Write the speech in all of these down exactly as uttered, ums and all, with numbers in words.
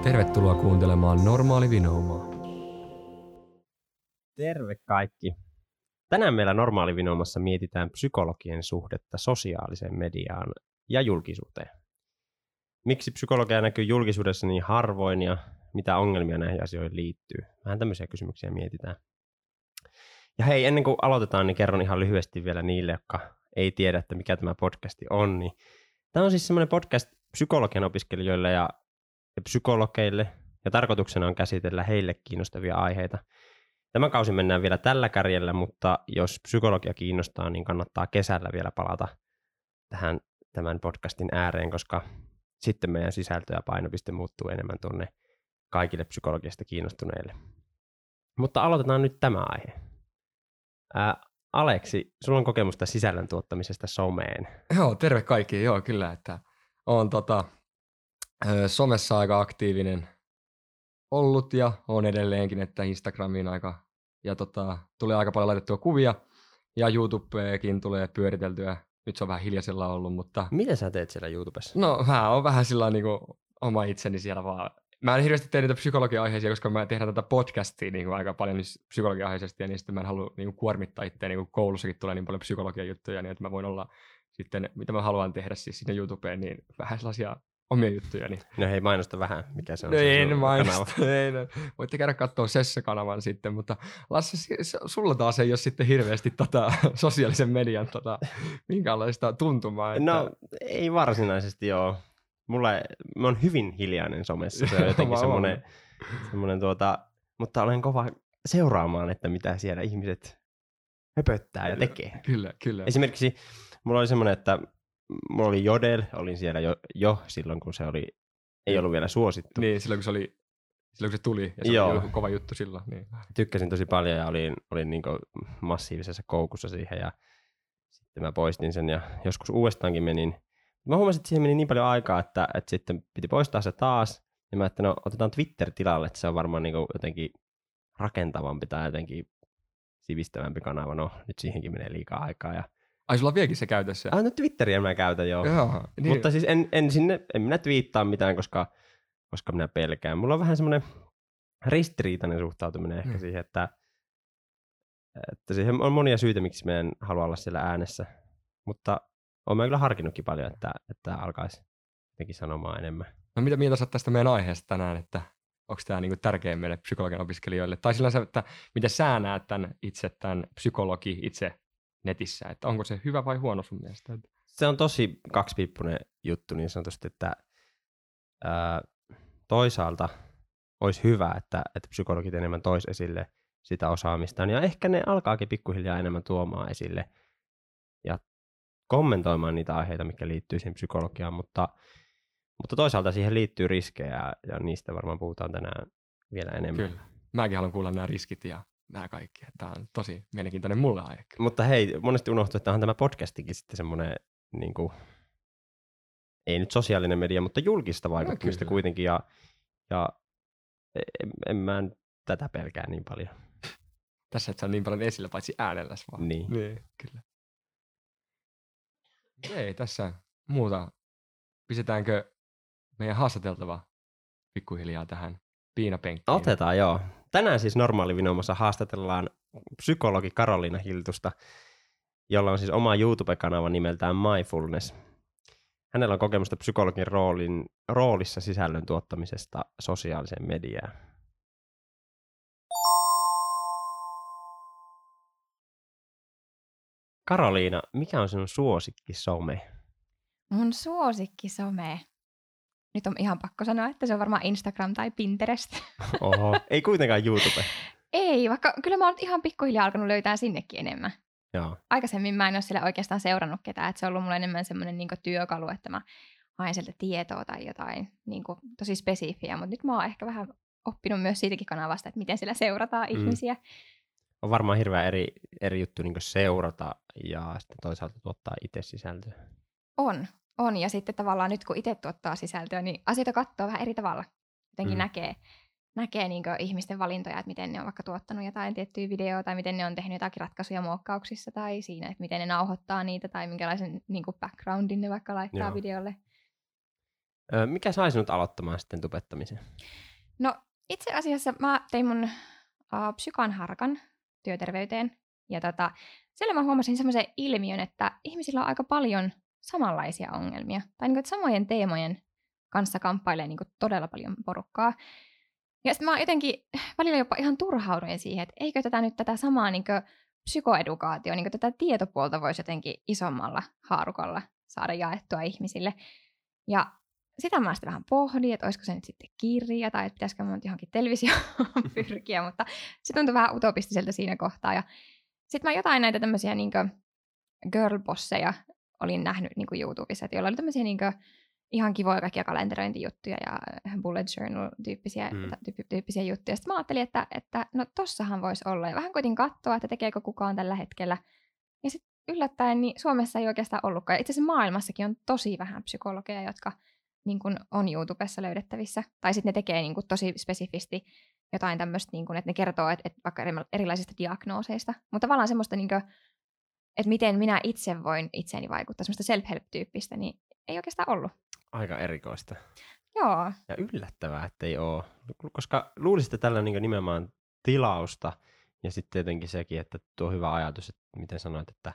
Tervetuloa kuuntelemaan Normaali Vinoumaa. Terve kaikki. Tänään meillä Normaali Vinoumassa mietitään psykologien suhdetta sosiaaliseen mediaan ja julkisuuteen. Miksi psykologia näkyy julkisuudessa niin harvoin ja mitä ongelmia näihin asioihin liittyy? Vähän tämmöisiä kysymyksiä mietitään. Ja hei, ennen kuin aloitetaan, niin kerron ihan lyhyesti vielä niille, jotka ei tiedä, että mikä tämä podcasti on. Niin tämä on siis semmoinen podcast psykologian opiskelijoille ja psykologeille, ja tarkoituksena on käsitellä heille kiinnostavia aiheita. Tämä kausi mennään vielä tällä kärjellä, mutta jos psykologia kiinnostaa, niin kannattaa kesällä vielä palata tähän tämän podcastin ääreen, koska sitten meidän sisältö ja painopiste muuttuu enemmän tuonne kaikille psykologiasta kiinnostuneille. Mutta aloitetaan nyt tämä aihe. Ää, Aleksi, sulla on kokemusta sisällön tuottamisesta someen. Joo, terve kaikki. Joo, kyllä, että olen tota, somessa aika aktiivinen ollut ja on edelleenkin, että Instagramiin aika, ja tota, tulee aika paljon laitettua kuvia ja YouTubekin tulee pyöriteltyä. Nyt se on vähän hiljaisella ollut, mutta... Mitä sä teet siellä YouTubessa? No, mä oon vähän sillä niinku oma itseni siellä vaan. Mä en hirveästi tee niitä psykologia-aiheisia, koska mä tehdään tätä podcastia niin aika paljon psykologia-aiheisesti, ja niin sitten mä en halua niin kuormittaa itseä, niin koulussakin tulee niin paljon psykologia-juttuja, niin että mä voin olla sitten, mitä mä haluan tehdä siis sinne YouTubeen, niin vähän sellaisia omia juttuja. Niin... No hei, mainosta vähän, mikä se on. No se en mainosta, ei, no. Voitte käydä katsoa Sessa-kanavan sitten, mutta Lasse, sulla taas ei ole sitten hirveästi tota, sosiaalisen median tota, minkäänlaista tuntumaa. Että... No ei varsinaisesti joo. Mulle, mä oon hyvin hiljainen somessa, se on jotenkin semmoinen, semmoinen tuota, mutta olen kova seuraamaan, että mitä siellä ihmiset höpöttää ja tekee. Kyllä, kyllä. Esimerkiksi mulla oli semmoinen, että mulla oli Jodel, olin siellä jo, jo silloin, kun se oli, ei ollut vielä suosittu. Niin, silloin kun se, oli, silloin, kun se tuli, ja se Joo. oli kova juttu silloin. Niin. Tykkäsin tosi paljon ja olin, olin niin kuin massiivisessa koukussa siihen, ja sitten mä poistin sen, ja joskus uudestaankin menin. Mä huomasin, että siihen meni niin paljon aikaa, että, että sitten piti poistaa se taas. Ja mä ajattelin, no otetaan Twitter tilalle, että se on varmaan niin kuin jotenkin rakentavampi tai jotenkin sivistävämpi kanava. No, nyt siihenkin menee liikaa aikaa. Ja... Ai, sulla on vieläkin se käytössä? Ah, no Twitteriä mä käytän, joo. joo niin. Mutta siis en, en sinne, en minä twiittaa mitään, koska, koska minä pelkään. Mulla on vähän semmoinen ristiriitainen suhtautuminen ehkä hmm. siihen, että, että siihen on monia syitä, miksi mä en halua olla siellä äänessä. Mutta olen kyllä harkinnutkin paljon, että, että alkaisi jotenkin sanomaan enemmän. No mitä mieltä sä oot tästä meidän aiheesta tänään, että onko tämä niinku tärkeä meille psykologian opiskelijoille? Tai sillä että miten sä näet tämän itse, tämän psykologi itse netissä, että onko se hyvä vai huono sun mielestä? Se on tosi kaksipiippunen juttu niin sanotusti, että ää, toisaalta olisi hyvä, että, että psykologit enemmän tois esille sitä osaamistaan, ja ehkä ne alkaakin pikkuhiljaa enemmän tuomaan esille ja kommentoimaan niitä aiheita, mikä liittyy siihen psykologiaan, mutta, mutta toisaalta siihen liittyy riskejä, ja niistä varmaan puhutaan tänään vielä enemmän. Kyllä. Mäkin haluan kuulla nämä riskit ja nämä kaikki. Tämä on tosi mielenkiintoinen mulle aihe. Mutta hei, monesti unohtuu, että on tämä podcastikin sitten semmoinen, niin kuin, ei nyt sosiaalinen media, mutta julkista vaikuttamista no, kuitenkin, ja, ja en, en mä tätä pelkää niin paljon. Tässä et sä on niin paljon esillä, paitsi äänelläs vaan. Niin. niin kyllä. Ei tässä muuta. Pistetäänkö meidän haastateltava pikkuhiljaa tähän piinapenkkiin? Otetaan, joo. Tänään siis Normaali Vinoumassa haastatellaan psykologi Karoliina Hiltusta, jolla on siis oma YouTube-kanava nimeltään Mindfulness. Hänellä on kokemusta psykologin roolin, roolissa sisällön tuottamisesta sosiaaliseen mediaan. Karoliina, mikä on sinun suosikki some? Mun suosikki some. Nyt on ihan pakko sanoa, että se on varmaan Instagram tai Pinterest. Oho, ei kuitenkaan YouTube. Ei, vaikka kyllä mä oon ihan pikkuhiljaa alkanut löytää sinnekin enemmän. Joo. Aikaisemmin mä en ole siellä oikeastaan seurannut ketään, että se on ollut mulle enemmän semmoinen niin kuin työkalu, että mä haen sieltä tietoa tai jotain niin kuin tosi spesifiä, mutta nyt mä oon ehkä vähän oppinut myös siitäkin kanavasta, että miten siellä seurataan mm. ihmisiä. On varmaan hirveän eri, eri juttu niin kuin seurata ja sitten toisaalta tuottaa itse sisältöä. On, on. Ja sitten tavallaan nyt kun itse tuottaa sisältöä, niin asioita katsoo vähän eri tavalla. Jotenkin mm. näkee, näkee niin kuin ihmisten valintoja, että miten ne on vaikka tuottanut jotain tiettyä videoa tai miten ne on tehnyt jotakin ratkaisuja muokkauksissa tai siinä, että miten ne nauhoittaa niitä tai minkälaisen niin kuin backgroundin ne vaikka laittaa Joo. videolle. Ö, mikä sai sinut aloittamaan sitten tubettamisen? No itse asiassa mä tein mun uh, psykan harkan työterveyteen. Ja tota, siellä mä huomasin semmoisen ilmiön, että ihmisillä on aika paljon samanlaisia ongelmia. Tai niin kuin, samojen teemojen kanssa kamppailee niin kuin todella paljon porukkaa. Ja sitten mä jotenkin välillä jopa ihan turhauduin siihen, että eikö tätä nyt tätä samaa niin kuin psykoedukaatio, niin kuin tätä tietopuolta voisi jotenkin isommalla haarukalla saada jaettua ihmisille. Ja sitä mä sitten vähän pohdin, että olisiko se nyt sitten kirja tai että pitäisikö mun johonkin televisioon pyrkiä, mutta se tuntui vähän utopistiselta siinä kohtaa. Ja sitten mä jotain näitä tämmöisiä niin kuin girlbosseja olin nähnyt niin kuin YouTubessa, että joilla oli tämmöisiä niin kuin ihan kivoja kaikkia kalenterointijuttuja ja bullet journal-tyyppisiä mm. tyyppisiä juttuja. Sitten mä ajattelin, että, että no tossahan voisi olla. Ja vähän koitin katsoa, että tekeekö kukaan tällä hetkellä. Ja sitten yllättäen niin Suomessa ei oikeastaan ollutkaan. Ja itse asiassa maailmassakin on tosi vähän psykologeja, jotka niin kun on YouTubessa löydettävissä. Tai sitten ne tekee niin kun tosi spesifisti jotain tämmöistä, niin kun, että ne kertoo et, et vaikka erilaisista diagnooseista. Mutta tavallaan semmoista, niin kun, että miten minä itse voin itseeni vaikuttaa, semmoista self-help-tyyppistä, niin ei oikeastaan ollut. Aika erikoista. Joo. Ja yllättävää, että ei ole. Koska luulisin, että tällä on niin nimenomaan tilausta. Ja sitten jotenkin sekin, että tuo hyvä ajatus, että miten sanoit, että,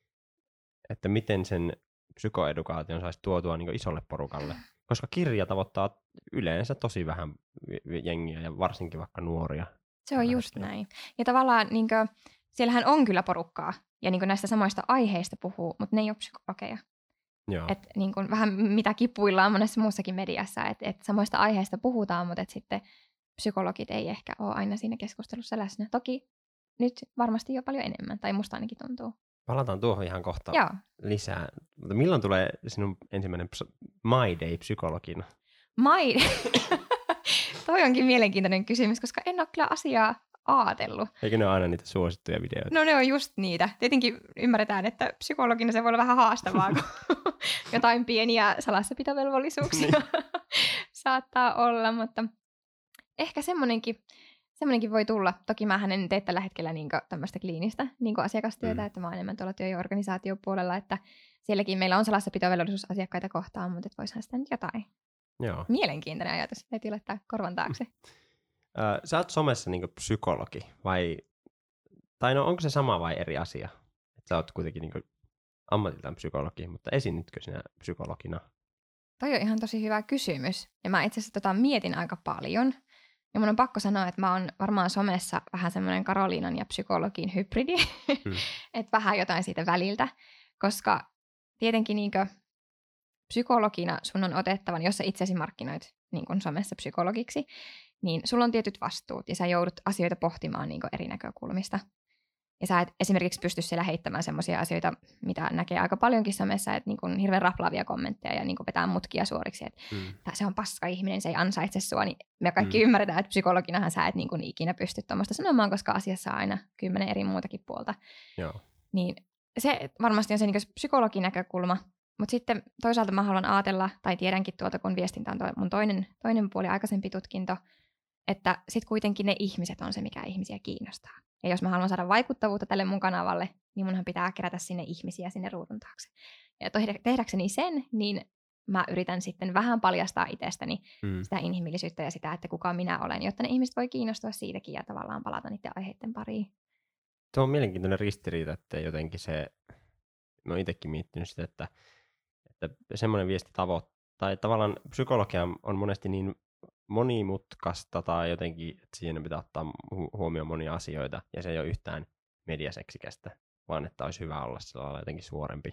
että miten sen psykoedukaation saisi tuotua niin isolle porukalle. Koska kirja tavoittaa yleensä tosi vähän jengiä ja varsinkin vaikka nuoria. Se on just näin. Ja tavallaan niin kuin, siellähän on kyllä porukkaa ja niin kuin näistä samoista aiheista puhuu, mutta ne ei ole psykologeja. Et niin kuin, vähän mitä kipuillaan monessa muussakin mediassa, että et samoista aiheista puhutaan, mutta et sitten psykologit ei ehkä ole aina siinä keskustelussa läsnä. Toki nyt varmasti jo paljon enemmän, tai musta ainakin tuntuu. Palataan tuohon ihan kohta Joo. lisää. Mutta milloin tulee sinun ensimmäinen ps- My Day psykologina? My Day? Toi onkin mielenkiintoinen kysymys, koska en ole kyllä asiaa aatellut. Eikö ne ole aina niitä suosittuja videoita? No ne on just niitä. Tietenkin ymmärretään, että psykologina se voi olla vähän haastavaa, kun jotain pieniä salassapitovelvollisuuksia saattaa olla, mutta ehkä semmoinenkin, semmoinenkin voi tulla. Toki mähän en tee tällä hetkellä niin tämmöistä kliinistä niin asiakastyötä, mm. että mä oon enemmän tuolla työ- ja organisaatiopuolella, että sielläkin meillä on salassapitovelvollisuus asiakkaita kohtaan, mutta voisihan sitä nyt jotain. Joo. Mielenkiintoinen ajatus, täytyy laittaa korvan taakse. Sä oot somessa niin psykologi, vai, tai no onko se sama vai eri asia? Että sä oot kuitenkin niin ammatiltaan psykologi, mutta esiinnytkö sinä psykologina? Toi on ihan tosi hyvä kysymys. Ja mä itse asiassa tota mietin aika paljon. Ja mun on pakko sanoa, että mä oon varmaan somessa vähän semmoinen Karoliinan ja psykologin hybridi. Hmm. Että vähän jotain siitä väliltä. Koska tietenkin niinkö psykologina sun on otettavan, jos sä itsesi markkinoit niin kuin somessa psykologiksi, niin sulla on tietyt vastuut ja sä joudut asioita pohtimaan niin kuin eri näkökulmista. Ja sä et esimerkiksi pysty siellä heittämään semmoisia asioita, mitä näkee aika paljonkin somessa, että niin kuin hirveän raplaavia kommentteja ja niin kuin vetää mutkia suoriksi, että mm. se on paska ihminen, se ei ansaitse sua, niin me kaikki mm. ymmärretään, että psykologinahan sä et niin kuin ikinä pysty tuommoista sanomaan, koska asiassa on aina kymmenen eri muutakin puolta. Joo. Niin se varmasti on se niin kuin psykologin näkökulma, mutta sitten toisaalta mä haluan ajatella, tai tiedänkin tuolta, kun viestintä on mun toinen, toinen puoli, aikaisempi tutkinto, että sitten kuitenkin ne ihmiset on se, mikä ihmisiä kiinnostaa. Ja jos mä haluan saada vaikuttavuutta tälle mun kanavalle, niin munhan pitää kerätä sinne ihmisiä sinne ruudun taakse. Ja tehdäkseni sen, niin mä yritän sitten vähän paljastaa itsestäni mm. sitä inhimillisyyttä ja sitä, että kuka minä olen, jotta ne ihmiset voi kiinnostua siitäkin ja tavallaan palata niiden aiheiden pariin. Tuo on mielenkiintoinen ristiriita, että jotenkin se, mä oon itsekin miettinyt sitä, että, että semmoinen viesti tavoittaa, tai tavallaan psykologia on monesti niin monimutkaista tai jotenkin, että siinä pitää ottaa huomioon monia asioita ja se ei ole yhtään mediaseksikästä, vaan että olisi hyvä olla sillä lailla jotenkin suorempi.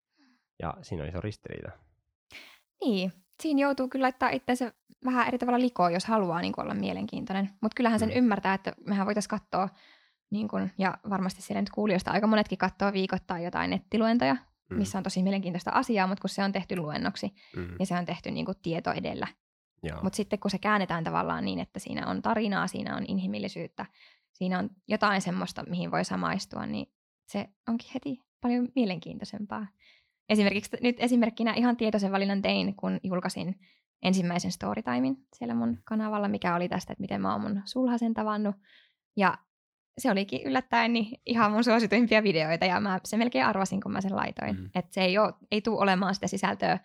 Ja siinä on iso ristiriita. Niin, siinä joutuu kyllä laittaa itsensä vähän eri tavalla likoon, jos haluaa niin kuin olla mielenkiintoinen. Mutta kyllähän sen mm. ymmärtää, että mehän voitaisiin katsoa, niin kuin, ja varmasti siellä nyt kuulijoista aika monetkin katsoo viikoittain jotain nettiluentoja, mm. missä on tosi mielenkiintoista asiaa, mutta kun se on tehty luennoksi mm. ja se on tehty niin kuin tieto edellä. Mutta sitten kun se käännetään tavallaan niin, että siinä on tarinaa, siinä on inhimillisyyttä, siinä on jotain semmoista, mihin voi samaistua, niin se onkin heti paljon mielenkiintoisempaa. Esimerkiksi nyt esimerkkinä ihan tietoisen valinnan tein, kun julkaisin ensimmäisen storytimen siellä mun kanavalla, mikä oli tästä, että miten mä oon mun sulhasen tavannut. Ja se olikin yllättäen niin ihan mun suosituimpia videoita, ja mä se melkein arvasin, kun mä sen laitoin. Mm. Että se ei, oo, ei tule olemaan sitä sisältöä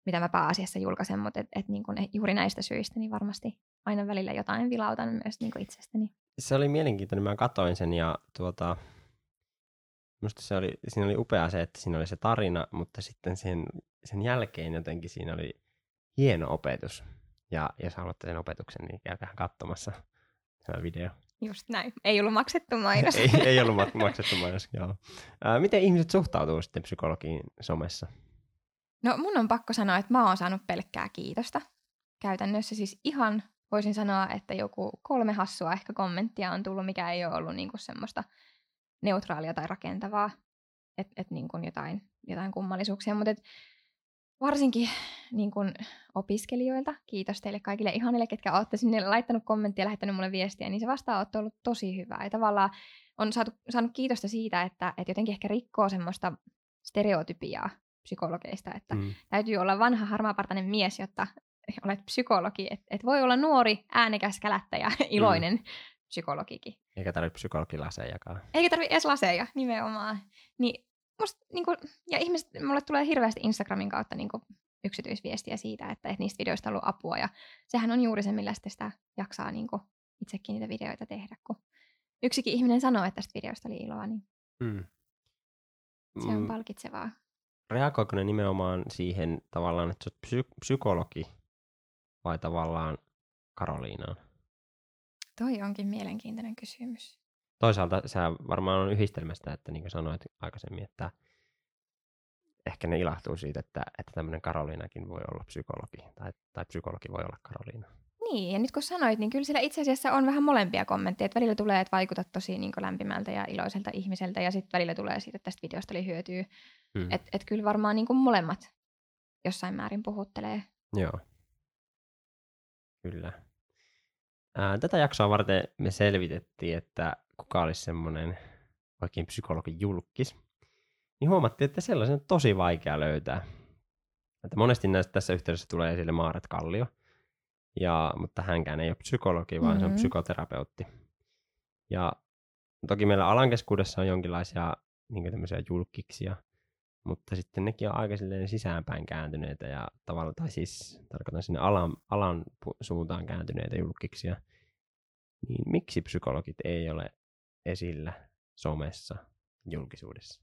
mitä mä pääasiassa julkaisen, mutta et, et niin kun juuri näistä syistä niin varmasti aina välillä jotain vilautan myös niin kun itsestäni. Se oli mielenkiintoinen, mä katoin sen ja tuota, musta se oli, siinä oli upea se, että siinä oli se tarina, mutta sitten sen, sen jälkeen jotenkin siinä oli hieno opetus. Ja jos haluatte sen opetuksen, niin käykää katsomassa tämä video. Just näin. Ei ollut maksettu mainos. ei, ei ollut maksettu mainos, joo. Ää, miten ihmiset suhtautuu sitten psykologiin somessa? No mun on pakko sanoa, että mä oon saanut pelkkää kiitosta. Käytännössä siis ihan voisin sanoa, että joku kolme hassua ehkä kommenttia on tullut, mikä ei ole ollut niinku semmoista neutraalia tai rakentavaa. Että et niinku jotain, jotain kummallisuuksia, mutta varsinkin niin kun opiskelijoilta, kiitos teille kaikille ihanille, ketkä olette sinne laittanut kommenttia ja lähettänyt mulle viestiä, niin se vastaanotto on ollut tosi hyvä. Ja tavallaan on saatu, saanut kiitosta siitä, että, että jotenkin ehkä rikkoo semmoista stereotypiaa psykologeista, että mm. täytyy olla vanha harmaapartainen mies, jotta olet psykologi. Että et voi olla nuori, äänekäs, kälättä ja iloinen mm. psykologikin. Eikä tarvitse psykologilasejakaan. Eikä tarvitse edes laseja, nimenomaan. Niin Musta, niin kun, ja ihmiset, mulle tulee hirveästi Instagramin kautta niin kun, yksityisviestiä siitä, että, että niistä videoista on ollut apua. Ja sehän on juuri se, millä sitä jaksaa niin kun, itsekin niitä videoita tehdä. Kun yksikin ihminen sanoo, että tästä videosta oli iloa, niin mm. se on palkitsevaa. Reagoiko ne nimenomaan siihen tavallaan, että sä oot psy- psykologi vai tavallaan Karoliinaan? Toi onkin mielenkiintoinen kysymys. Toisaalta se varmaan on yhdistelmästä, että niin kuin sanoit aikaisemmin, että ehkä ne ilahtuu siitä, että, että tämmöinen Karoliinakin voi olla psykologi, tai, tai psykologi voi olla Karoliina. Niin, ja nyt kun sanoit, niin kyllä siellä itse asiassa on vähän molempia kommentteja, että välillä tulee, että vaikutat tosi niin kuin lämpimältä ja iloiselta ihmiseltä, ja sitten välillä tulee siitä, että tästä videosta oli hyötyä. Hmm. Että et kyllä varmaan niin kuin molemmat jossain määrin puhuttelee. Joo, kyllä. Ää, tätä jaksoa varten me selvitettiin, että kuka olisi semmoinen oikein psykologin julkkis, niin huomattiin, että sellaisen on tosi vaikea löytää. Että monesti näistä tässä yhteydessä tulee esille Maaret Kallio, ja, mutta hänkään ei ole psykologi, vaan mm-hmm. se on psykoterapeutti. Ja toki meillä alan keskuudessa on jonkinlaisia niin tämmöisiä julkkiksia, mutta sitten nekin on aika sisäänpäin kääntyneitä, ja tavallaan, tai siis tarkoitan sinne alan, alan suuntaan kääntyneitä julkkiksia. Niin miksi psykologit ei ole esillä somessa, julkisuudessa?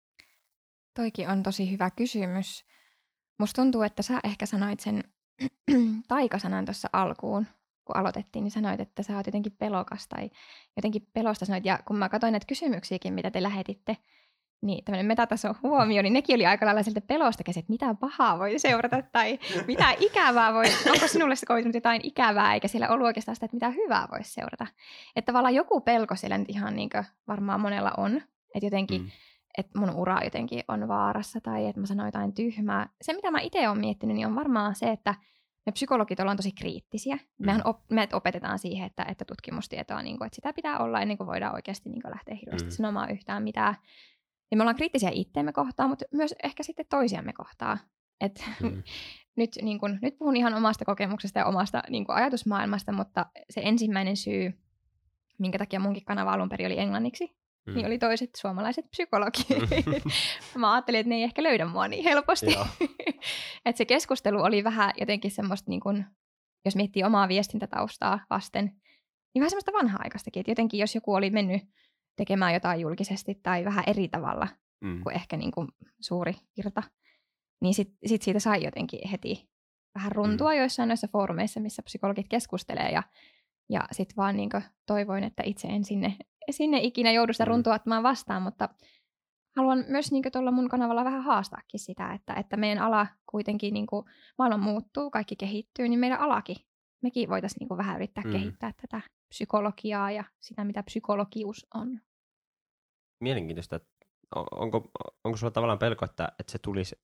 Toikin on tosi hyvä kysymys. Musta tuntuu, että sä ehkä sanoit sen taikasanan tuossa alkuun, kun aloitettiin, niin sanoit, että sä oot jotenkin pelokas tai jotenkin pelosta sanoit. Ja kun mä katsoin näitä kysymyksiäkin, mitä te lähetitte, niin tämmöinen metataso huomio, niin nekin oli aika lailla sieltä pelosta käsin, että mitä pahaa voi seurata tai mitä ikävää voi, onko sinulle se koitunut jotain ikävää, eikä siellä ollut oikeastaan sitä, että mitä hyvää voisi seurata. Että tavallaan joku pelko siellä nyt ihan niin kuin varmaan monella on, että jotenkin, mm. että mun ura jotenkin on vaarassa tai että mä sanon jotain tyhmää. Se, mitä mä itse olen miettinyt, niin on varmaan se, että me psykologit ollaan tosi kriittisiä. Mm. Mehän op- meidät opetetaan siihen, että, että tutkimustietoa, niin kuin, että sitä pitää olla ennen kuin voidaan oikeasti niin kuin lähteä hirveästi mm. sanomaan yhtään mitään. Ja me ollaan kriittisiä itteemme kohtaan, mutta myös ehkä sitten toisiamme kohtaan. Et mm. nyt, niin kun, nyt puhun ihan omasta kokemuksesta ja omasta niin kun ajatusmaailmasta, mutta se ensimmäinen syy, minkä takia munkin kanava alun perin oli englanniksi, mm. niin oli toiset suomalaiset psykologit. Mm. Mä ajattelin, että ne ei ehkä löydä mua niin helposti. Että se keskustelu oli vähän jotenkin semmoista, niin kun, jos miettii omaa viestintätaustaa vasten, niin vähän semmoista vanha-aikaistakin. Että jotenkin jos joku oli mennyt tekemään jotain julkisesti tai vähän eri tavalla mm. kuin ehkä niin kuin suuri virta, niin sitten sit siitä sai jotenkin heti vähän runtua mm. joissain noissa foorumeissa, missä psykologit keskustelee. Ja, ja sitten vaan niin kuin toivoin, että itse en sinne, sinne ikinä joudu sitä runtua ottamaan vastaan, mutta haluan myös niin kuin tuolla mun kanavalla vähän haastaakin sitä, että, että meidän ala kuitenkin, niin kuin maailma muuttuu, kaikki kehittyy, niin meidän alakin, mekin voitaisiin niin kuin vähän yrittää mm. kehittää tätä psykologiaa ja sitä, mitä psykologius on. Mielenkiintoista. Onko, onko sulla tavallaan pelko, että, että se tulisi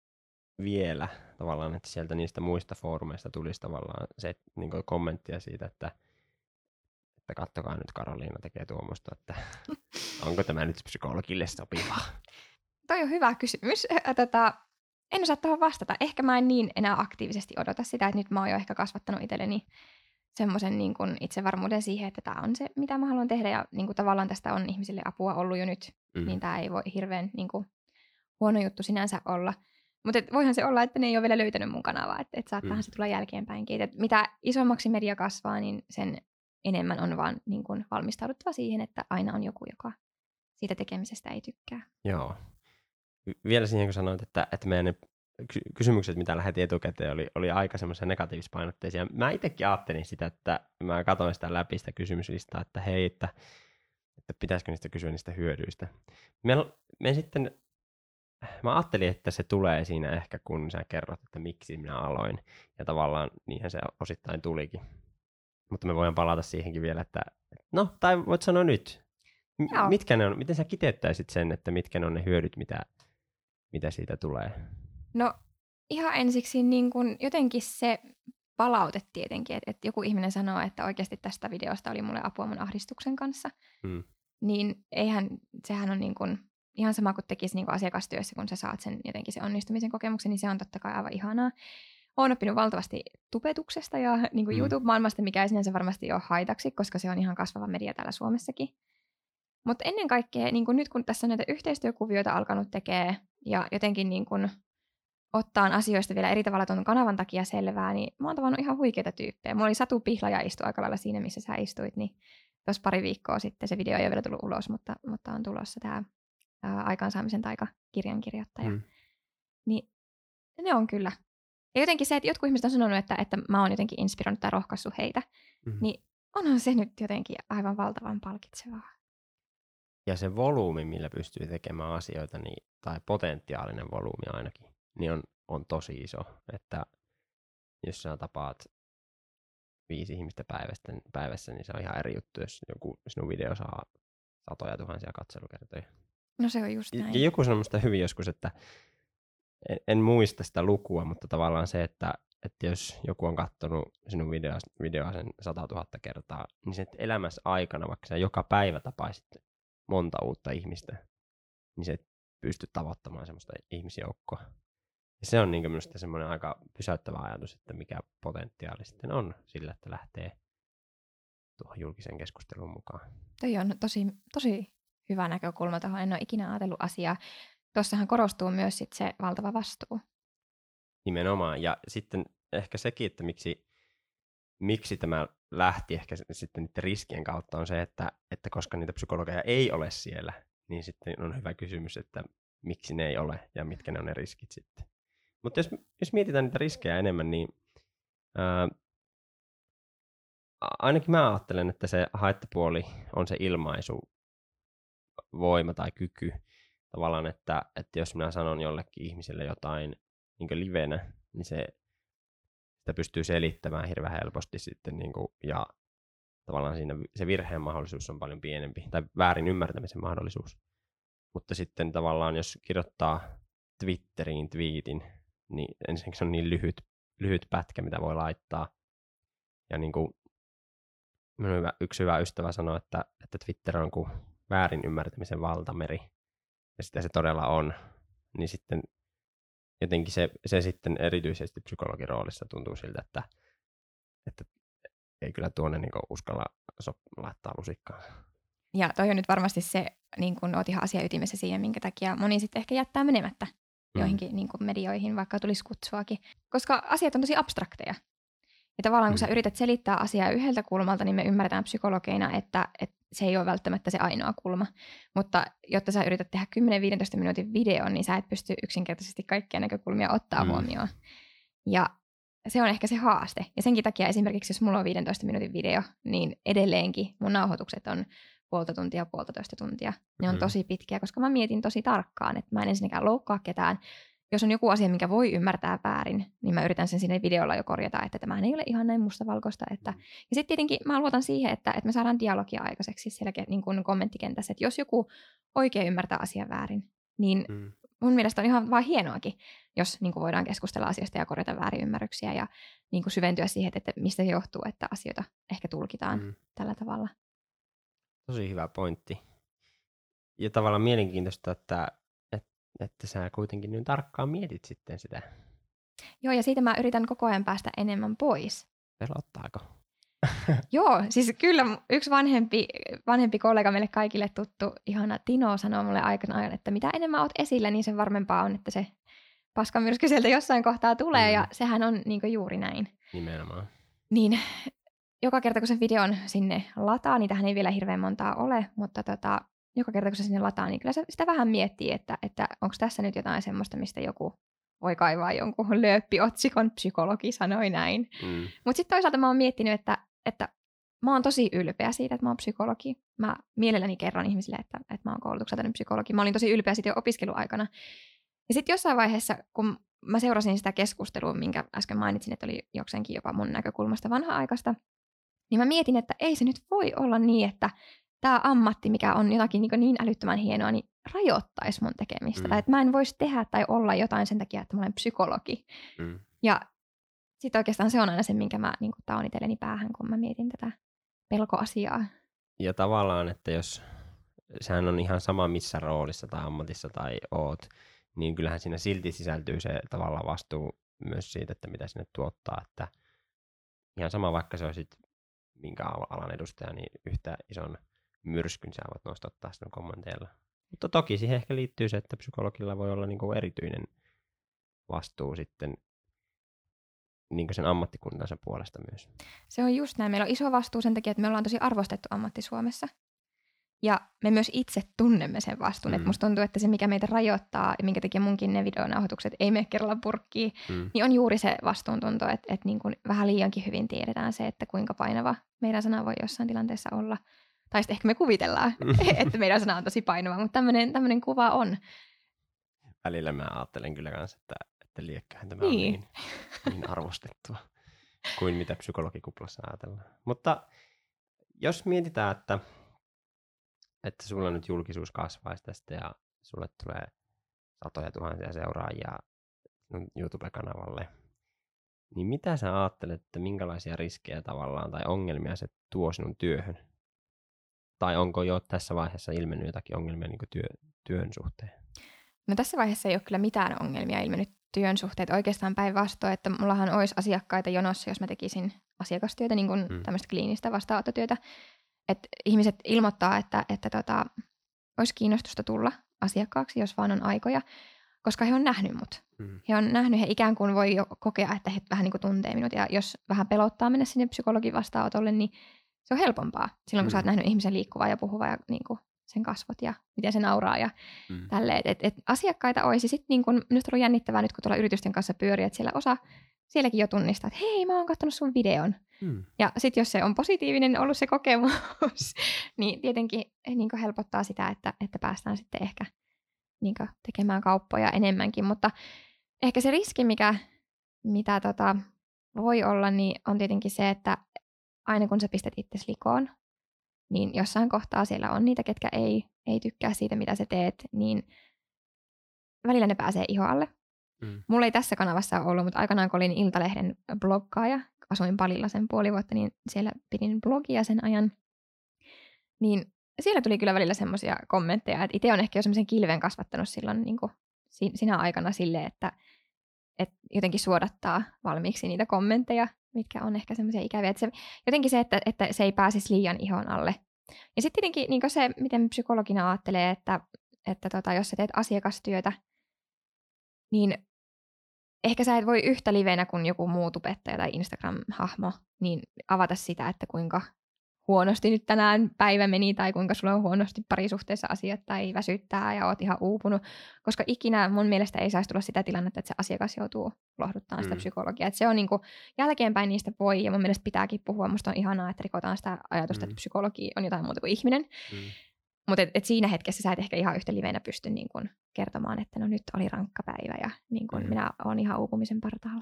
vielä tavallaan, että sieltä niistä muista foorumeista tulisi tavallaan se niin kuin kommenttia siitä, että, että kattokaa nyt Karoliina tekee tuommoista, että onko tämä nyt psykologille sopivaa? Toi on hyvä kysymys. Tätä, en osaa tuohon vastata. Ehkä mä en niin enää aktiivisesti odota sitä, että nyt mä oon jo ehkä kasvattanut itselleni semmoisen niin kuin itsevarmuuden siihen, että tämä on se, mitä mä haluan tehdä. Ja niin kuin tavallaan tästä on ihmisille apua ollut jo nyt, mm. niin tämä ei voi hirveän niin kuin huono juttu sinänsä olla. Mutta voihan se olla, että ne ei ole vielä löytänyt mun kanavaa, että et saattaahan mm. se tulla jälkeenpäinkin. Et mitä isommaksi media kasvaa, niin sen enemmän on vaan niin kun valmistauduttava siihen, että aina on joku, joka siitä tekemisestä ei tykkää. Joo. Vielä siihen, kun sanoit, että, että meidän ne kysymykset, mitä lähetin etukäteen, oli, oli aika semmoisia negatiivispainotteisia. Mä itsekin ajattelin sitä, että mä katsoin sitä läpi sitä kysymyslistaa, että hei, että, että pitäisikö niistä kysyä niistä hyödyistä. Me, me sitten, mä ajattelin, että se tulee siinä ehkä, kun sä kerrot, että miksi minä aloin. Ja tavallaan niinhän se osittain tulikin. Mutta me voidaan palata siihenkin vielä, että no, tai voit sanoa nyt. M- mitkä ne on, miten sä kiteyttäisit sen, että mitkä ne on ne hyödyt, mitä, mitä siitä tulee? No ihan ensiksi niin kun jotenkin se palaute tietenkin, että, että joku ihminen sanoo, että oikeasti tästä videosta oli mulle apua mun ahdistuksen kanssa. Hmm. Niin eihän, sehän on niin kun ihan sama kuin tekisi niin kun asiakastyössä, kun sä saat sen jotenkin se onnistumisen kokemuksen, niin se on totta kai aivan ihanaa. Olen oppinut valtavasti tubetuksesta ja niin kuin mm. YouTube-maailmasta, mikä ei sinänsä varmasti ole haitaksi, koska se on ihan kasvava media täällä Suomessakin. Mutta ennen kaikkea, niin kuin nyt kun tässä on näitä yhteistyökuvioita alkanut tekemään ja jotenkin niin kuin ottaa asioista vielä eri tavalla tuon kanavan takia selvää, niin mä oon tavannut ihan huikeita tyyppejä. Mulla oli Satu Pihlaja istui aika lailla siinä, missä sä istuit, niin tuossa pari viikkoa sitten, se video ei ole vielä tullut ulos, mutta, mutta on tulossa tämä aikaansaamisen taika-kirjan kirjoittaja. Mm. Niin ne on kyllä. Ja jotenkin se, että jotkut ihmiset on sanonut, että, että mä oon jotenkin inspiroinut tai rohkaissut heitä, mm-hmm. niin onhan se nyt jotenkin aivan valtavan palkitsevaa. Ja se volyymi, millä pystyy tekemään asioita, niin, tai potentiaalinen volyymi ainakin, niin on, on tosi iso. Että jos sä tapaat viisi ihmistä päivästä, päivässä, niin se on ihan eri juttu, jos joku sinun video saa satoja tuhansia katselukertoja. No se on just näin. Ja joku sanoi musta hyvin joskus, että en, en muista sitä lukua, mutta tavallaan se, että, että jos joku on katsonut sinun videoa, videoa sen satatuhatta kertaa, niin se elämässä aikana, vaikka sä joka päivä tapaisit monta uutta ihmistä, niin se pystyt tavoittamaan semmoista ihmisjoukkoa. Ja se on niin minusta semmoinen aika pysäyttävä ajatus, että mikä potentiaali sitten on sillä, että lähtee tuohon julkiseen keskusteluun mukaan. Toi on tosi, tosi hyvä näkökulma tuohon. En ole ikinä ajatellut asiaa. Tuossahan korostuu myös sit se valtava vastuu. Nimenomaan. Ja sitten ehkä sekin, että miksi, miksi tämä lähti ehkä sitten niiden riskien kautta on se, että, että koska niitä psykologeja ei ole siellä, niin sitten on hyvä kysymys, että miksi ne ei ole ja mitkä ne on ne riskit sitten. Mutta jos, jos mietitään niitä riskejä enemmän, niin ää, ainakin mä ajattelen, että se haittapuoli on se ilmaisuvoima tai kyky. Tavallaan, että, että jos minä sanon jollekin ihmiselle jotain niin kuin livenä, niin se, sitä pystyy selittämään hirveän helposti sitten, niin kuin, ja tavallaan siinä se virheen mahdollisuus on paljon pienempi, tai väärin ymmärtämisen mahdollisuus. Mutta sitten tavallaan, jos kirjoittaa Twitteriin twiitin, niin ensinnäkin se on niin lyhyt, lyhyt pätkä, mitä voi laittaa. Ja niin kuin minun hyvä, yksi hyvä ystävä sanoi, että, että Twitter on kuin väärin ymmärtämisen valtameri. Ja sitä se todella on. Niin sitten jotenkin se, se sitten erityisesti psykologin roolissa tuntuu siltä, että, että ei kyllä tuonne niin kuin uskalla sop, laittaa lusikkaan. Ja toi on nyt varmasti se, niin kun oot ihan asia ytimessä siihen, minkä takia moni sitten ehkä jättää menemättä joihinkin mm. niin kun medioihin, vaikka tulisi kutsuakin. Koska asiat on tosi abstrakteja. Ja tavallaan kun mm. sä yrität selittää asiaa yhdeltä kulmalta, niin me ymmärretään psykologeina, että, että se ei ole välttämättä se ainoa kulma. Mutta jotta sä yrität tehdä kymmenen viisitoista minuutin videon, niin sä et pysty yksinkertaisesti kaikkia näkökulmia ottaa mm. huomioon. Ja se on ehkä se haaste. Ja senkin takia esimerkiksi, jos mulla on viidentoista minuutin video, niin edelleenkin mun nauhoitukset on puolta tuntia, puolitoista tuntia. Ne on mm. tosi pitkiä, koska mä mietin tosi tarkkaan, että mä en ensinnäkään loukkaa ketään. Jos on joku asia, minkä voi ymmärtää väärin, niin mä yritän sen sinne videolla jo korjata, että tämä ei ole ihan näin mustavalkoista. Että... Ja sitten tietenkin mä luotan siihen, että, että me saadaan dialogia aikaiseksi siellä niin kuin kommenttikentässä, että jos joku oikein ymmärtää asian väärin, niin mm. mun mielestä on ihan vaan hienoakin, jos niin kuin voidaan keskustella asiasta ja korjata väärinymmärryksiä ja niin kuin syventyä siihen, että mistä se johtuu, että asioita ehkä tulkitaan mm. tällä tavalla. Tosi hyvä pointti. Ja tavallaan mielenkiintoista, että, että, että sä kuitenkin niin tarkkaan mietit sitten sitä. Joo, ja siitä mä yritän koko ajan päästä enemmän pois. Pelottaako? Joo, siis kyllä yksi vanhempi, vanhempi kollega meille kaikille tuttu, ihana Tino, sanoo mulle aikanaan, että mitä enemmän oot esillä, niin sen varmempaa on, että se paskamyrsky sieltä jossain kohtaa tulee, Mm. ja sehän on niin kuin juuri näin. Nimenomaan. Niin joka kerta, kun sen videon sinne lataa, niitähän ei vielä hirveän montaa ole, mutta tota, joka kerta, kun se sinne lataa, niin kyllä se sitä vähän miettii, että, että onko tässä nyt jotain semmoista, mistä joku voi kaivaa jonkun lööppiotsikon, psykologi sanoi näin. Mm. Mutta sitten toisaalta mä oon miettinyt, että, että mä oon tosi ylpeä siitä, että mä oon psykologi. Mä mielelläni kerron ihmisille, että, että mä oon koulutukseltainen psykologi. Mä olin tosi ylpeä siitä jo opiskeluaikana. Ja sitten jossain vaiheessa, kun mä seurasin sitä keskustelua, minkä äsken mainitsin, että oli jokseenkin jopa mun näkökulmasta vanha-aikaista, niin mä mietin, että ei se nyt voi olla niin, että tämä ammatti, mikä on jotakin niin, niin älyttömän hienoa, niin rajoittaisi mun tekemistä. Mm. Tai että mä en voisi tehdä tai olla jotain sen takia, että mä olen psykologi. Mm. Ja sitten oikeastaan se on aina se, minkä mä niin taon itselleni päähän, kun mä mietin tätä pelkoasiaa. Ja tavallaan, että jos sehän on ihan sama missä roolissa tai ammatissa tai oot, niin kyllähän siinä silti sisältyy se tavallaan vastuu myös siitä, että mitä sinne tuottaa. Että ihan sama, vaikka se olisit minkä alan edustaja, niin yhtä ison myrskyn sä voit nostattaa sinun kommenteilla. Mutta toki siihen ehkä liittyy se, että psykologilla voi olla niin kuin erityinen vastuu sitten niin kuin sen ammattikuntansa puolesta myös. Se on just näin. Meillä on iso vastuu sen takia, että me ollaan tosi arvostettu ammatti Suomessa. Ja me myös itse tunnemme sen vastuun. Mm. Että musta tuntuu, että se mikä meitä rajoittaa ja minkä takia munkin ne videonauhoitukset ei mene kerralla purkkiin, mm. niin on juuri se vastuuntunto, että, että niin kuin vähän liiankin hyvin tiedetään se, että kuinka painava meidän sana voi jossain tilanteessa olla. Tai sitten ehkä me kuvitellaan, että meidän sana on tosi painava, mutta tämmöinen, tämmöinen kuva on. Välillä mä ajattelen kyllä kanssa, että, että liekköhän tämä niin. on niin, niin arvostettua kuin mitä psykologikuplassa ajatellaan. Mutta jos mietitään, että että sulla nyt julkisuus kasvaisi tästä ja sulle tulee satoja tuhansia seuraajia YouTube-kanavalle, niin mitä sä ajattelet, että minkälaisia riskejä tavallaan tai ongelmia se tuo sinun työhön? Tai onko jo tässä vaiheessa ilmennyt jotakin ongelmia niin kuin työ, työn suhteen? No tässä vaiheessa ei ole kyllä mitään ongelmia ilmennyt työn suhteen. Oikeastaan päinvastoin, että mullahan olisi asiakkaita jonossa, jos mä tekisin asiakastyötä, niin kuin mm. tämmöistä kliinistä vastaanottotyötä. Että ihmiset ilmoittaa, että, että tota, olisi kiinnostusta tulla asiakkaaksi, jos vaan on aikoja, koska he on nähnyt mut. Mm. He on nähnyt, he ikään kuin voi jo kokea, että he vähän niin kuin tuntee minut. Ja jos vähän pelottaa mennä sinne psykologin vastaanotolle, niin se on helpompaa silloin, kun mm. sä oot nähnyt ihmisen liikkuvaa ja puhuvaa ja niin kuin sen kasvot ja miten se nauraa ja mm. tälleen. Et, et asiakkaita olisi. Sitten niin kun, minusta on ollut jännittävää nyt, kun tuolla yritysten kanssa pyörii, että siellä osa sielläkin jo tunnistaa, että hei, mä oon katsonut sun videon. Mm. Ja sitten jos se on positiivinen ollut se kokemus, niin tietenkin niin kuin helpottaa sitä, että, että päästään sitten ehkä niin kuin tekemään kauppoja enemmänkin. Mutta ehkä se riski, mikä, mitä tota, voi olla, niin on tietenkin se, että aina kun sä pistät itsesi likoon, niin jossain kohtaa siellä on niitä, ketkä ei, ei tykkää siitä, mitä sä teet, niin välillä ne pääsee iho alle. Mm. Mulla ei tässä kanavassa ollut, mutta aikanaan kun olin Iltalehden bloggaaja, asuin Palilla sen puoli vuotta, niin siellä pidin blogia sen ajan. Niin siellä tuli kyllä välillä semmoisia kommentteja, että itse on ehkä jo semmoisen kilven kasvattanut silloin niin kuin sinä aikana silleen, että, että jotenkin suodattaa valmiiksi niitä kommentteja, mitkä on ehkä semmoisia ikäviä. Että se, jotenkin se, että, että se ei pääsisi liian ihon alle. Ja sitten tietenkin niin se, miten psykologina ajattelee, että, että tota, jos sä teet asiakastyötä, niin ehkä sä et voi yhtä livenä kuin joku muu tubettaja tai Instagram-hahmo, niin avata sitä, että kuinka huonosti nyt tänään päivä meni tai kuinka sulla on huonosti parisuhteessa asiat tai väsyttää ja oot ihan uupunut. Koska ikinä mun mielestä ei saisi tulla sitä tilannetta, että se asiakas joutuu lohduttamaan sitä mm. psykologiaa. Että se on niin kuin, jälkeenpäin niistä voi ja mun mielestä pitääkin puhua. Musta on ihanaa, että rikotaan sitä ajatusta, mm. että psykologi on jotain muuta kuin ihminen. Mm. Mutta et, et siinä hetkessä sä et ehkä ihan yhtä livenä pysty niin kun kertomaan, että no nyt oli rankka päivä ja niin kun mm. minä olen ihan uupumisen partaalla.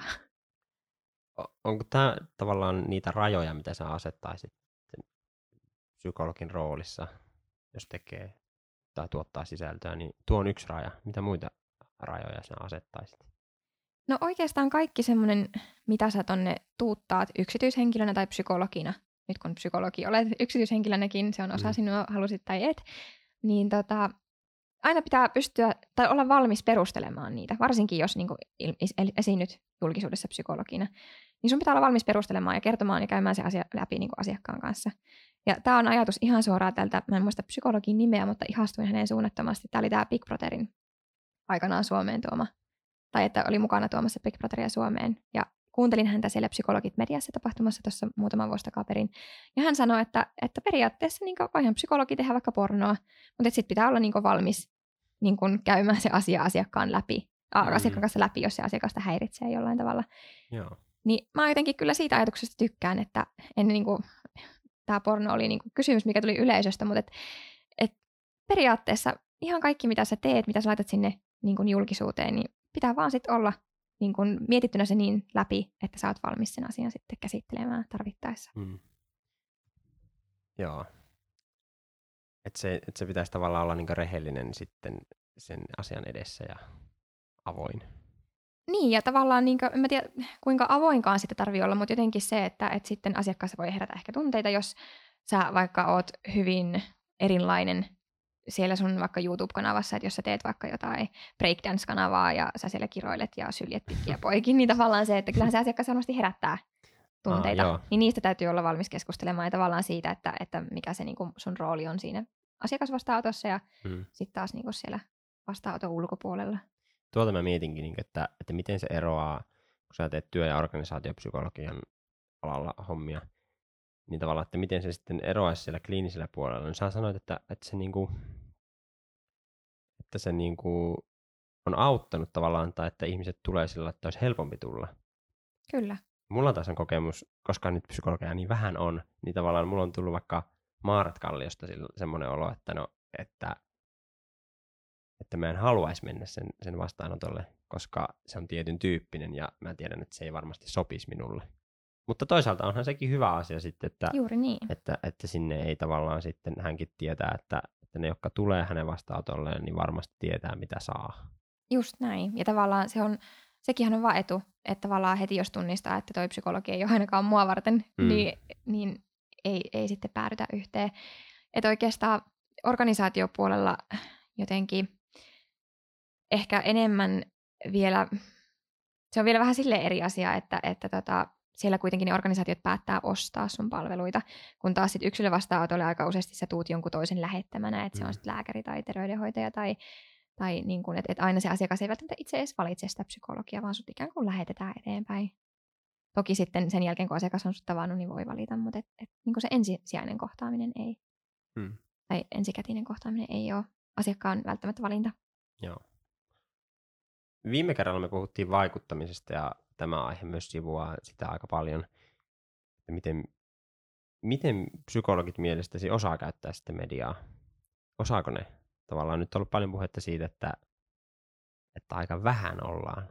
Onko tämä tavallaan niitä rajoja, mitä sä asettaisit psykologin roolissa, jos tekee tai tuottaa sisältöä, niin tuo on yksi raja. Mitä muita rajoja sä asettaisit? No oikeastaan kaikki semmoinen, mitä sä tonne tuuttaat yksityishenkilönä tai psykologina, nyt kun psykologi olet yksityishenkilönäkin, se on osa mm. sinua, halusit tai et, niin tota, aina pitää pystyä tai olla valmis perustelemaan niitä, varsinkin jos niin kuin, esiinnyt julkisuudessa psykologina, niin sun pitää olla valmis perustelemaan ja kertomaan ja käymään se asia läpi niin kuin asiakkaan kanssa. Ja tämä on ajatus ihan suoraan tältä, mä en muista psykologin nimeä, mutta ihastuin häneen suunnattomasti. Tämä oli tämä Big Brotherin aikanaan Suomeen tuoma tai että oli mukana tuomassa Big Brotheria Suomeen. Ja kuuntelin häntä siellä Psykologit Mediassa tapahtumassa tuossa muutama vuosi takaperin. Ja hän sanoi, että, että periaatteessa niin voihan psykologi tehdä vaikka pornoa, mutta sitten pitää olla niin valmis niin käymään se asia asiakkaan läpi. Mm. Asiakkaan kanssa läpi, jos se asiakasta häiritsee jollain tavalla. Joo. Niin mä jotenkin kyllä siitä ajatuksesta tykkään, että en niin kuin, tämä porno oli niin kuin kysymys, mikä tuli yleisöstä, mutta et, et periaatteessa ihan kaikki, mitä sä teet, mitä sä laitat sinne niin kuin julkisuuteen, niin pitää vaan sitten olla niin kuin mietittynä se niin läpi, että sä oot valmis sen asian sitten käsittelemään tarvittaessa. Mm. Joo. Että se, et se pitäisi tavallaan olla niin kuin rehellinen sitten sen asian edessä ja avoin. Niin, ja tavallaan, niin kuin, en mä tiedä kuinka avoinkaan sitä tarvii olla, mutta jotenkin se, että, että sitten asiakkaassa voi herätä ehkä tunteita, jos sä vaikka oot hyvin erilainen siellä sun vaikka YouTube-kanavassa, että jos sä teet vaikka jotain breakdance-kanavaa ja sä siellä kiroilet ja syljet pitkiä poikin, niin tavallaan se, että kyllähän se asiakkaassa varmasti herättää tunteita. Aa, niin niistä täytyy olla valmis keskustelemaan ja tavallaan siitä, että, että mikä se niin kuin sun rooli on siinä asiakasvastaanotossa ja hmm. sitten taas niin kuin siellä vastaanoton ulkopuolella. Tuolta mä mietinkin, että, että miten se eroaa, kun sä teet työ- ja organisaatiopsykologian alalla hommia, niin tavallaan, että miten se sitten eroaisi siellä kliinisellä puolella. Niin sä sanoit, että, että se, niinku, että se niinku on auttanut tavallaan, tai että ihmiset tulee sillä, että olisi helpompi tulla. Kyllä. Mulla taas on kokemus, koska nyt psykologia niin vähän on, niin tavallaan mulla on tullut vaikka Maaret Kalliosta semmoinen olo, että no, että että mä en haluaisi mennä sen, sen vastaanotolle, koska se on tietyn tyyppinen ja mä tiedän, että se ei varmasti sopisi minulle. Mutta toisaalta onhan sekin hyvä asia sitten, että, Juuri niin. että, että sinne ei tavallaan sitten hänkin tietää, että, että ne, jotka tulee hänen vastaanotolleen, niin varmasti tietää, mitä saa. Just näin. Ja tavallaan se on, sekinhän on vaan etu, että tavallaan heti jos tunnistaa, että toi psykologi ei ole ainakaan mua varten, mm. niin, niin ei, ei sitten päädytä yhteen. Että oikeastaan organisaatiopuolella jotenkin ehkä enemmän vielä, se on vielä vähän silleen eri asia, että, että tota, siellä kuitenkin ne organisaatiot päättää ostaa sun palveluita, kun taas sit yksilö vastaanotolle aika useasti sä tuut jonkun toisen lähettämänä, että mm. se on sitten lääkäri tai terveydenhoitaja tai, tai niin kuin, että, että aina se asiakas ei välttämättä itse edes valitse sitä psykologiaa, vaan sut ikään kuin lähetetään eteenpäin. Toki sitten sen jälkeen, kun asiakas on sut tavannut, niin voi valita, mutta et, et, niin kuin se ensisijainen kohtaaminen ei, mm. tai ensikätinen kohtaaminen ei ole asiakkaan välttämättä valinta. Joo. Viime kerralla me puhuttiin vaikuttamisesta ja tämä aihe myös sivuaa sitä aika paljon, että miten, miten psykologit mielestäsi osaa käyttää sitä mediaa? Osaako ne? Tavallaan nyt on ollut paljon puhetta siitä, että, että aika vähän ollaan.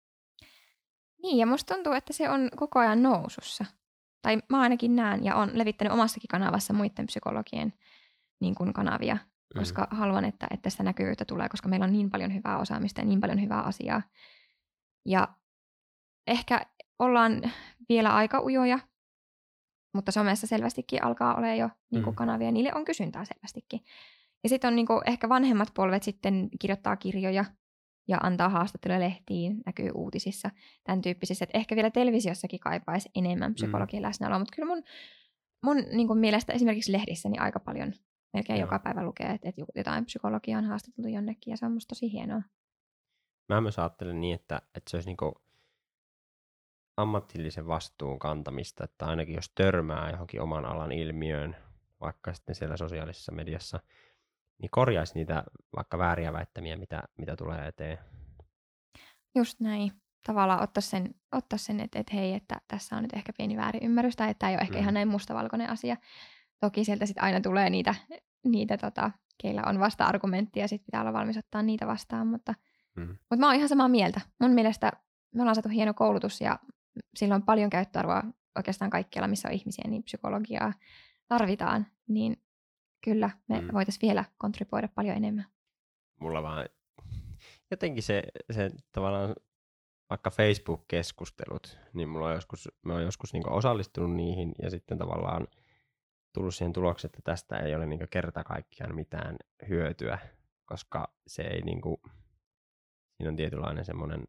Niin, ja musta tuntuu, että se on koko ajan nousussa. Tai mä ainakin näen ja olen levittänyt omassakin kanavassa muiden psykologien niin kuin kanavia, koska mm. haluan, että, että sitä näkyvyyttä tulee, koska meillä on niin paljon hyvää osaamista ja niin paljon hyvää asiaa. Ja ehkä ollaan vielä aika ujoja, mutta somessa selvästikin alkaa olla jo niin kuin mm. kanavia, niille on kysyntää selvästikin. Ja sitten on niin kuin ehkä vanhemmat polvet sitten kirjoittaa kirjoja ja antaa haastatteluja lehtiin, näkyy uutisissa, tämän tyyppisissä. Että ehkä vielä televisiossakin kaipaisi enemmän psykologian mm. läsnäoloa, mutta kyllä mun, mun niin kuin mielestä esimerkiksi lehdissä niin aika paljon melkein Joo. joka päivä lukee, että, että jotain psykologiaa on haastateltu jonnekin, ja se on musta tosi hienoa. Mä myös ajattelen niin, että, että se olisi niin kuin ammatillisen vastuun kantamista, että ainakin jos törmää johonkin oman alan ilmiöön, vaikka sitten siellä sosiaalisessa mediassa, niin korjaisi niitä vaikka vääriä väittämiä, mitä, mitä tulee eteen. Just näin. Tavallaan ottaa sen, ottaa sen että, että hei, että tässä on nyt ehkä pieni väärinymmärrys, tai että tämä ei ole ehkä mm. ihan näin mustavalkoinen asia. Toki sieltä sitten aina tulee niitä, niitä tota, keillä on vasta-argumenttia, ja sitten pitää olla valmis ottaa niitä vastaan, mutta, mm. mutta mä oon ihan samaa mieltä. Mun mielestä me ollaan saatu hieno koulutus, ja sillä on paljon käyttöarvoa oikeastaan kaikkialla, missä on ihmisiä, niin psykologiaa tarvitaan, niin kyllä me mm. voitaisiin vielä kontribuoida paljon enemmän. Mulla vaan jotenkin se, se tavallaan vaikka Facebook-keskustelut, niin mulla on joskus, mä oon joskus niinku osallistunut niihin ja sitten tavallaan tullut siihen tulokseen, että tästä ei ole niinku kerta kaikkiaan mitään hyötyä, koska se ei niinku, siinä on tietynlainen semmoinen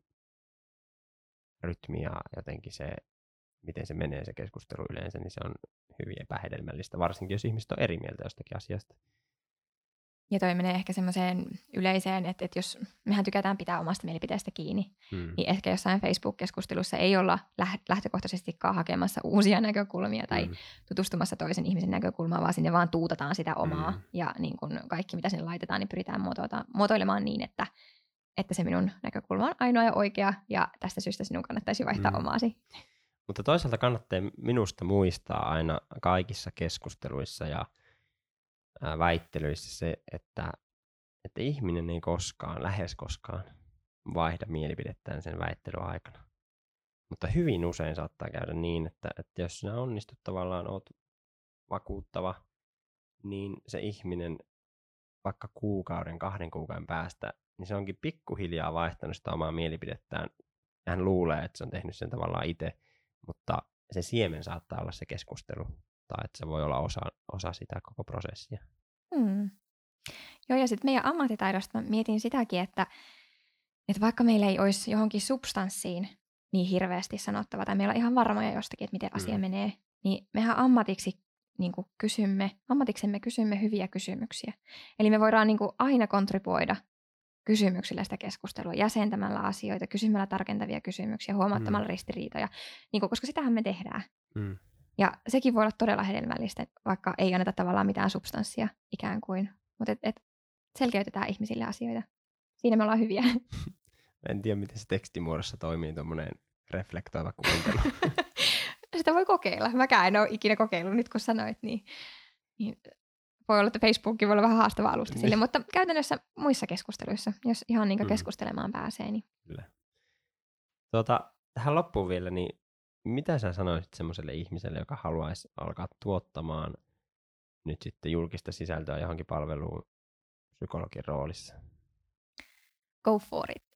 rytmi ja jotenkin se, miten se menee se keskustelu yleensä, niin se on hyvin epähedelmällistä, varsinkin jos ihmiset on eri mieltä jostakin asiasta. Ja toi menee ehkä semmoiseen yleiseen, että, että jos mehän tykätään pitää omasta mielipiteestä kiinni, hmm. niin ehkä jossain Facebook-keskustelussa ei olla lähtökohtaisestikaan hakemassa uusia näkökulmia tai hmm. tutustumassa toisen ihmisen näkökulmaan, vaan sinne vaan tuutataan sitä omaa. Hmm. Ja niin kun kaikki, mitä sinne laitetaan, niin pyritään muotoilemaan niin, että, että se minun näkökulma on ainoa ja oikea, ja tästä syystä sinun kannattaisi vaihtaa hmm. omaasi. Mutta toisaalta kannattaa minusta muistaa aina kaikissa keskusteluissa ja väittelyissä se, että, että ihminen ei koskaan, lähes koskaan vaihda mielipidettään sen väittelyn aikana. Mutta hyvin usein saattaa käydä niin, että, että jos sinä onnistut tavallaan, oot vakuuttava, niin se ihminen vaikka kuukauden, kahden kuukauden päästä, niin se onkin pikkuhiljaa vaihtanut sitä omaa mielipidettään. Hän luulee, että se on tehnyt sen tavallaan itse, mutta se siemen saattaa olla se keskustelu. Tai että se voi olla osa, osa sitä koko prosessia. Hmm. Joo, ja sitten meidän ammattitaidosta mietin sitäkin, että, että vaikka meillä ei olisi johonkin substanssiin niin hirveästi sanottava, tai meillä on ihan varmoja jostakin, että miten asia hmm. menee, niin mehän ammatiksi niin kuin kysymme, ammatiksemme kysymme hyviä kysymyksiä. Eli me voidaan niin kuin aina kontribuoida kysymyksillä sitä keskustelua, jäsentämällä asioita, kysymällä tarkentavia kysymyksiä, huomauttamalla hmm. ristiriitoja, niin kuin, koska sitähän me tehdään. Hmm. Ja sekin voi olla todella hedelmällistä, vaikka ei anneta tavallaan mitään substanssia ikään kuin. Mutta et, et selkeytetään ihmisille asioita. Siinä me ollaan hyviä. En tiedä, miten se tekstimuodossa toimii tuommoinen reflektoiva kuuntelu. Sitä voi kokeilla. Mäkään en ole ikinä kokeillut nyt, kun sanoit. Niin, niin voi olla, että Facebookkin voi olla vähän haastava alusta sille, mutta käytännössä muissa keskusteluissa, jos ihan niin mm. keskustelemaan pääsee. Niin. Kyllä. Tuota, tähän loppuun vielä, niin mitä sä sanoisit semmoiselle ihmiselle, joka haluaisi alkaa tuottamaan nyt sitten julkista sisältöä johonkin palveluun psykologin roolissa? Go for it.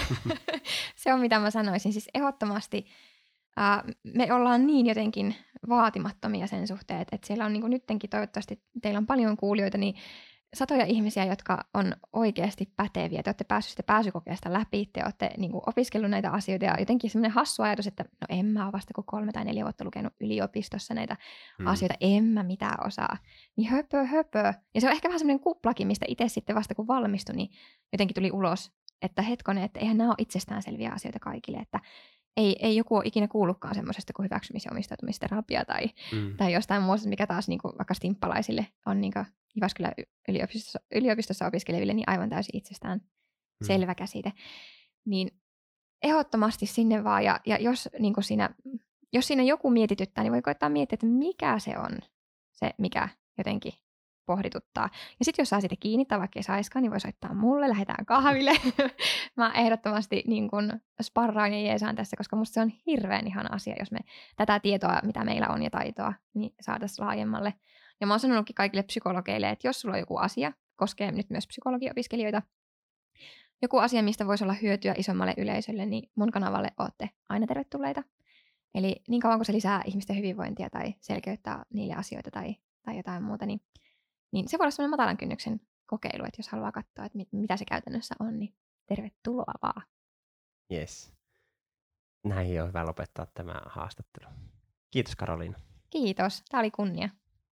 Se on mitä mä sanoisin. Siis ehdottomasti uh, me ollaan niin jotenkin vaatimattomia sen suhteen, että, että siellä on niin kuin nyttenkin toivottavasti, teillä on paljon kuulijoita, niin satoja ihmisiä, jotka on oikeasti päteviä. Te olette päässeet sitä pääsykokeesta läpi, te olette niin kuin opiskellut näitä asioita ja jotenkin semmoinen hassu ajatus, että no en mä ole vasta kuin kolme tai neljä vuotta lukenut yliopistossa näitä hmm. asioita, en mä mitään osaa. Niin höpö, höpö. Ja se on ehkä vähän semmoinen kuplakin, mistä itse sitten vasta kun valmistui, niin jotenkin tuli ulos, että hetkonen, että eihän nämä ole itsestäänselviä asioita kaikille, että ei, ei joku ole ikinä kuullutkaan semmoisesta kuin hyväksymis- ja omistautumisterapia tai, mm. tai jostain muusta, mikä taas niin kuin, vaikka stimppalaisille on niin kuin Jyväskylän yliopistossa, yliopistossa opiskeleville niin aivan täysin itsestään mm. selvä käsite. Niin ehdottomasti sinne vaan, ja, ja jos, niin kuin siinä, jos siinä joku mietityttää, niin voi koittaa miettiä, että mikä se on se, mikä jotenkin pohdituttaa. Ja sitten jos saa siitä kiinni, tai vaikka ei saiskaan, niin voi soittaa mulle, lähdetään kahville. Mä ehdottomasti niin kun sparraan ja jeesaan tässä, koska musta se on hirveän ihana asia, jos me tätä tietoa, mitä meillä on ja taitoa, niin saataisiin laajemmalle. Ja mä oon sanonutkin kaikille psykologeille, että jos sulla on joku asia, koskee nyt myös psykologiopiskelijoita, joku asia, mistä voisi olla hyötyä isommalle yleisölle, niin mun kanavalle ootte aina tervetulleita. Eli niin kauan kuin se lisää ihmisten hyvinvointia tai selkeyttää niille asioita tai, tai jotain muuta, niin Niin se voi olla sellainen matalan kynnyksen kokeilu, että jos haluaa katsoa, että mit, mitä se käytännössä on, niin tervetuloa vaan. Yes. Näin on hyvä lopettaa tämä haastattelu. Kiitos Karoliina. Kiitos. Tämä oli kunnia.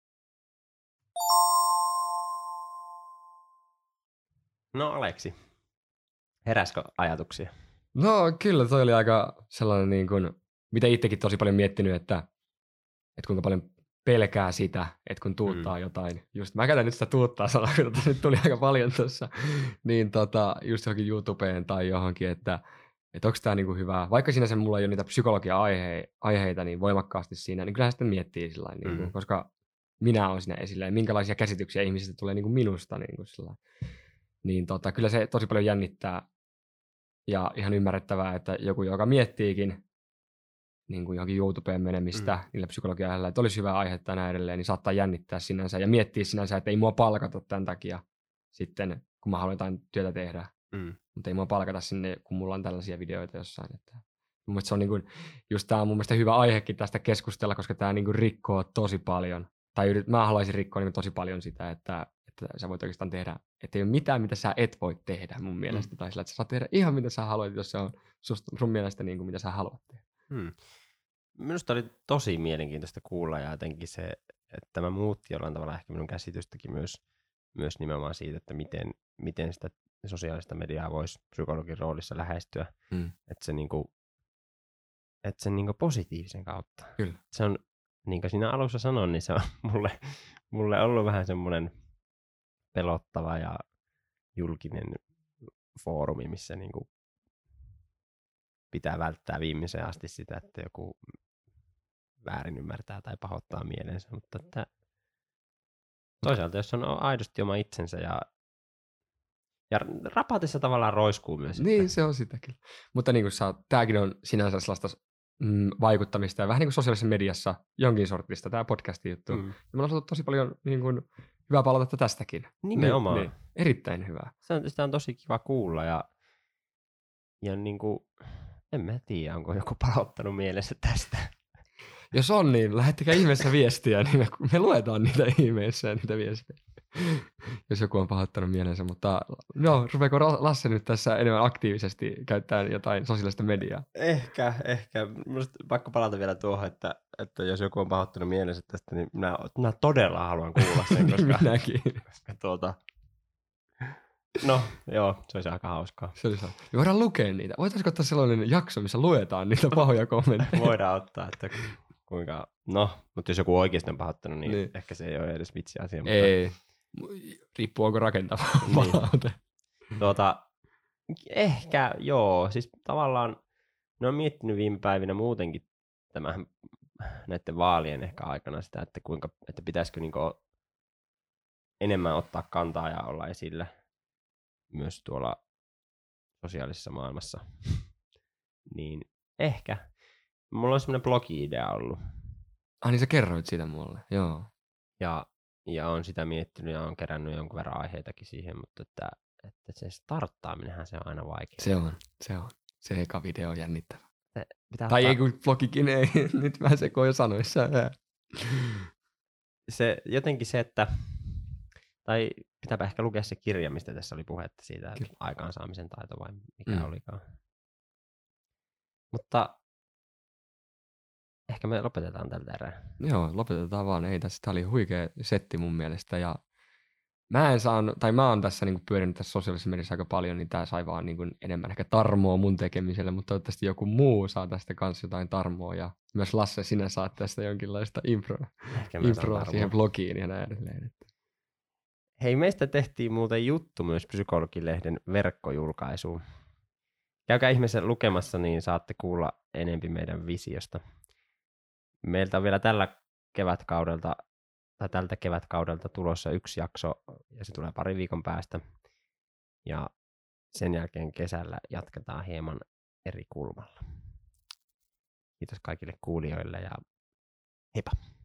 No Aleksi, heräskö ajatuksia? No kyllä, toi oli aika sellainen, niin kuin, mitä itsekin tosi paljon miettinyt, että, että kuinka paljon pelkää sitä, että kun tuuttaa mm. jotain. Just, mä käytän nyt sitä tuuttaa sanaa, kun tota nyt tuli aika paljon tuossa. Niin tota, just johonkin YouTubeen tai johonkin, että, että onko tämä niinku hyvä. Vaikka sinänsä mulla ei ole niitä psykologia-aiheita niin voimakkaasti siinä, niin kyllähän sitten miettii sillä mm. niinku, koska minä olen siinä esillä ja minkälaisia käsityksiä ihmisistä tulee niinku minusta. Niinku sillä. Niin tota, kyllä se tosi paljon jännittää ja ihan ymmärrettävää, että joku, joka miettiikin niin kuin johonkin YouTubeen menemistä mm. niillä psykologia-aiheilla, että olisi hyvä aihetta ja näin edelleen, niin saattaa jännittää sinänsä ja miettiä sinänsä, että ei mua palkata tämän takia sitten, kun mä haluan jotain työtä tehdä. Mm. Mutta ei mua palkata sinne, kun mulla on tällaisia videoita jossain. Että mun mielestä se on niin kuin, just tää on mun mielestä hyvä aihekin tästä keskustella, koska tää niin kuin rikkoo tosi paljon. Tai yrit, mä haluaisin rikkoa niin tosi paljon sitä, että, että sä voit oikeastaan tehdä, että ei ole mitään, mitä sä et voi tehdä mun mielestä. Mm. Tai sillä, että sä saat tehdä ihan mitä sä haluat, jos se on susta, sun mielestä niin kuin, mitä sä haluat tehdä. Hmm. Minusta oli tosi mielenkiintoista kuulla ja jotenkin se, että tämä muutti jollain tavalla ehkä minun käsitystäkin myös, myös nimenomaan siitä, että miten, miten sitä sosiaalista mediaa voisi psykologin roolissa lähestyä. Mm. Että se niinku, että sen niinku positiivisen kautta. Kyllä. Se on, niin kuin siinä alussa sanoin, niin se on mulle, mulle ollut vähän semmoinen pelottava ja julkinen foorumi, missä niinku pitää välttää viimeiseen asti sitä, että joku väärin ymmärtää tai pahoittaa mielensä, mutta että toisaalta jos on aidosti oma itsensä ja, ja rapatessa tavallaan roiskuu myös. Niin, että... se on sitä kyllä. Mutta niin kuin sä, tääkin on sinänsä sellaista mm, vaikuttamista ja vähän niin kuin sosiaalisessa mediassa jonkin sortista, tämä podcastin juttu. Mm. Ja me ollaan saatu tosi paljon niin kuin, hyvää palautetta tästäkin. Nimenomaan. Niin, niin, erittäin hyvää. Se on, sitä on tosi kiva kuulla ja, ja niin kuin, en mä tiedä, onko joku palauttanut mielessä tästä. Jos on, niin lähettäkää ihmeessä viestiä, niin me, me luetaan niitä ihmeessä ja niitä viestejä. Jos joku on pahoittanut mielensä, mutta no, rupeeko Lasse nyt tässä enemmän aktiivisesti käyttää jotain sosiaalista mediaa? Ehkä, ehkä. Minusta pakko palata vielä tuohon, että, että jos joku on pahoittanut mielensä tästä, niin minä, minä todella haluan kuulla sen, koska... Minäkin. Koska tuota... No, joo, se olisi aika hauskaa. Se olisi hauskaa. Me voidaan lukea niitä. Voitaisiko ottaa sellainen jakso, missä luetaan niitä pahoja kommentteja? Voidaan ottaa, että kuinka... No, mutta jos joku oikeasti on pahoittanut, niin, niin. ehkä se ei ole edes vitsi asia. Mutta... Ei. Riippuu onko rakentava palaute. Niin. Tuota, ehkä joo, siis tavallaan ne on miettinyt viime päivinä muutenkin tämän, näiden vaalien ehkä aikana sitä, että, kuinka, että pitäisikö niinku enemmän ottaa kantaa ja olla esillä myös tuolla sosiaalisessa maailmassa. Niin ehkä. Mulla on semmoinen blogi-idea ollut. Ah niin sä kerroit siitä mulle, joo. Ja Ja olen sitä miettinyt ja olen kerännyt jonkun verran aiheitakin siihen, mutta että, että se starttaaminenhan se on aina vaikea. Se on, se on. Se eka video on jännittävä. Se pitää tai ottaa... ei kun blogikin ei, nyt mä sekoin jo sanoissa. Se jotenkin se, että, tai pitääpä ehkä lukea se kirja, mistä tässä oli puhetta siitä, että aikaansaamisen taito vai mikä mm. olikaan. Mutta ehkä me lopetetaan tältä erää. Joo, lopetetaan vaan. Ei tässä, tää oli huikea setti mun mielestä. Ja mä en saanut, tai mä oon tässä niinku pyörinyt tässä sosiaalisessa mediassa aika paljon, niin tää sai vaan niinku enemmän ehkä tarmoa mun tekemiselle, mutta toivottavasti joku muu saa tästä kanssa jotain tarmoa. Ja myös Lasse, sinä saat tästä jonkinlaista improa impro siihen blogiin ja näin edelleen. Hei, meistä tehtiin muuten juttu myös Psykologilehden verkkojulkaisuun. Käykää ihmeessä lukemassa, niin saatte kuulla enempi meidän visiosta. Meiltä on vielä tällä kevätkaudelta, tai tältä kevätkaudelta tulossa yksi jakso, ja se tulee pari viikon päästä. Ja sen jälkeen kesällä jatketaan hieman eri kulmalla. Kiitos kaikille kuulijoille ja heippa!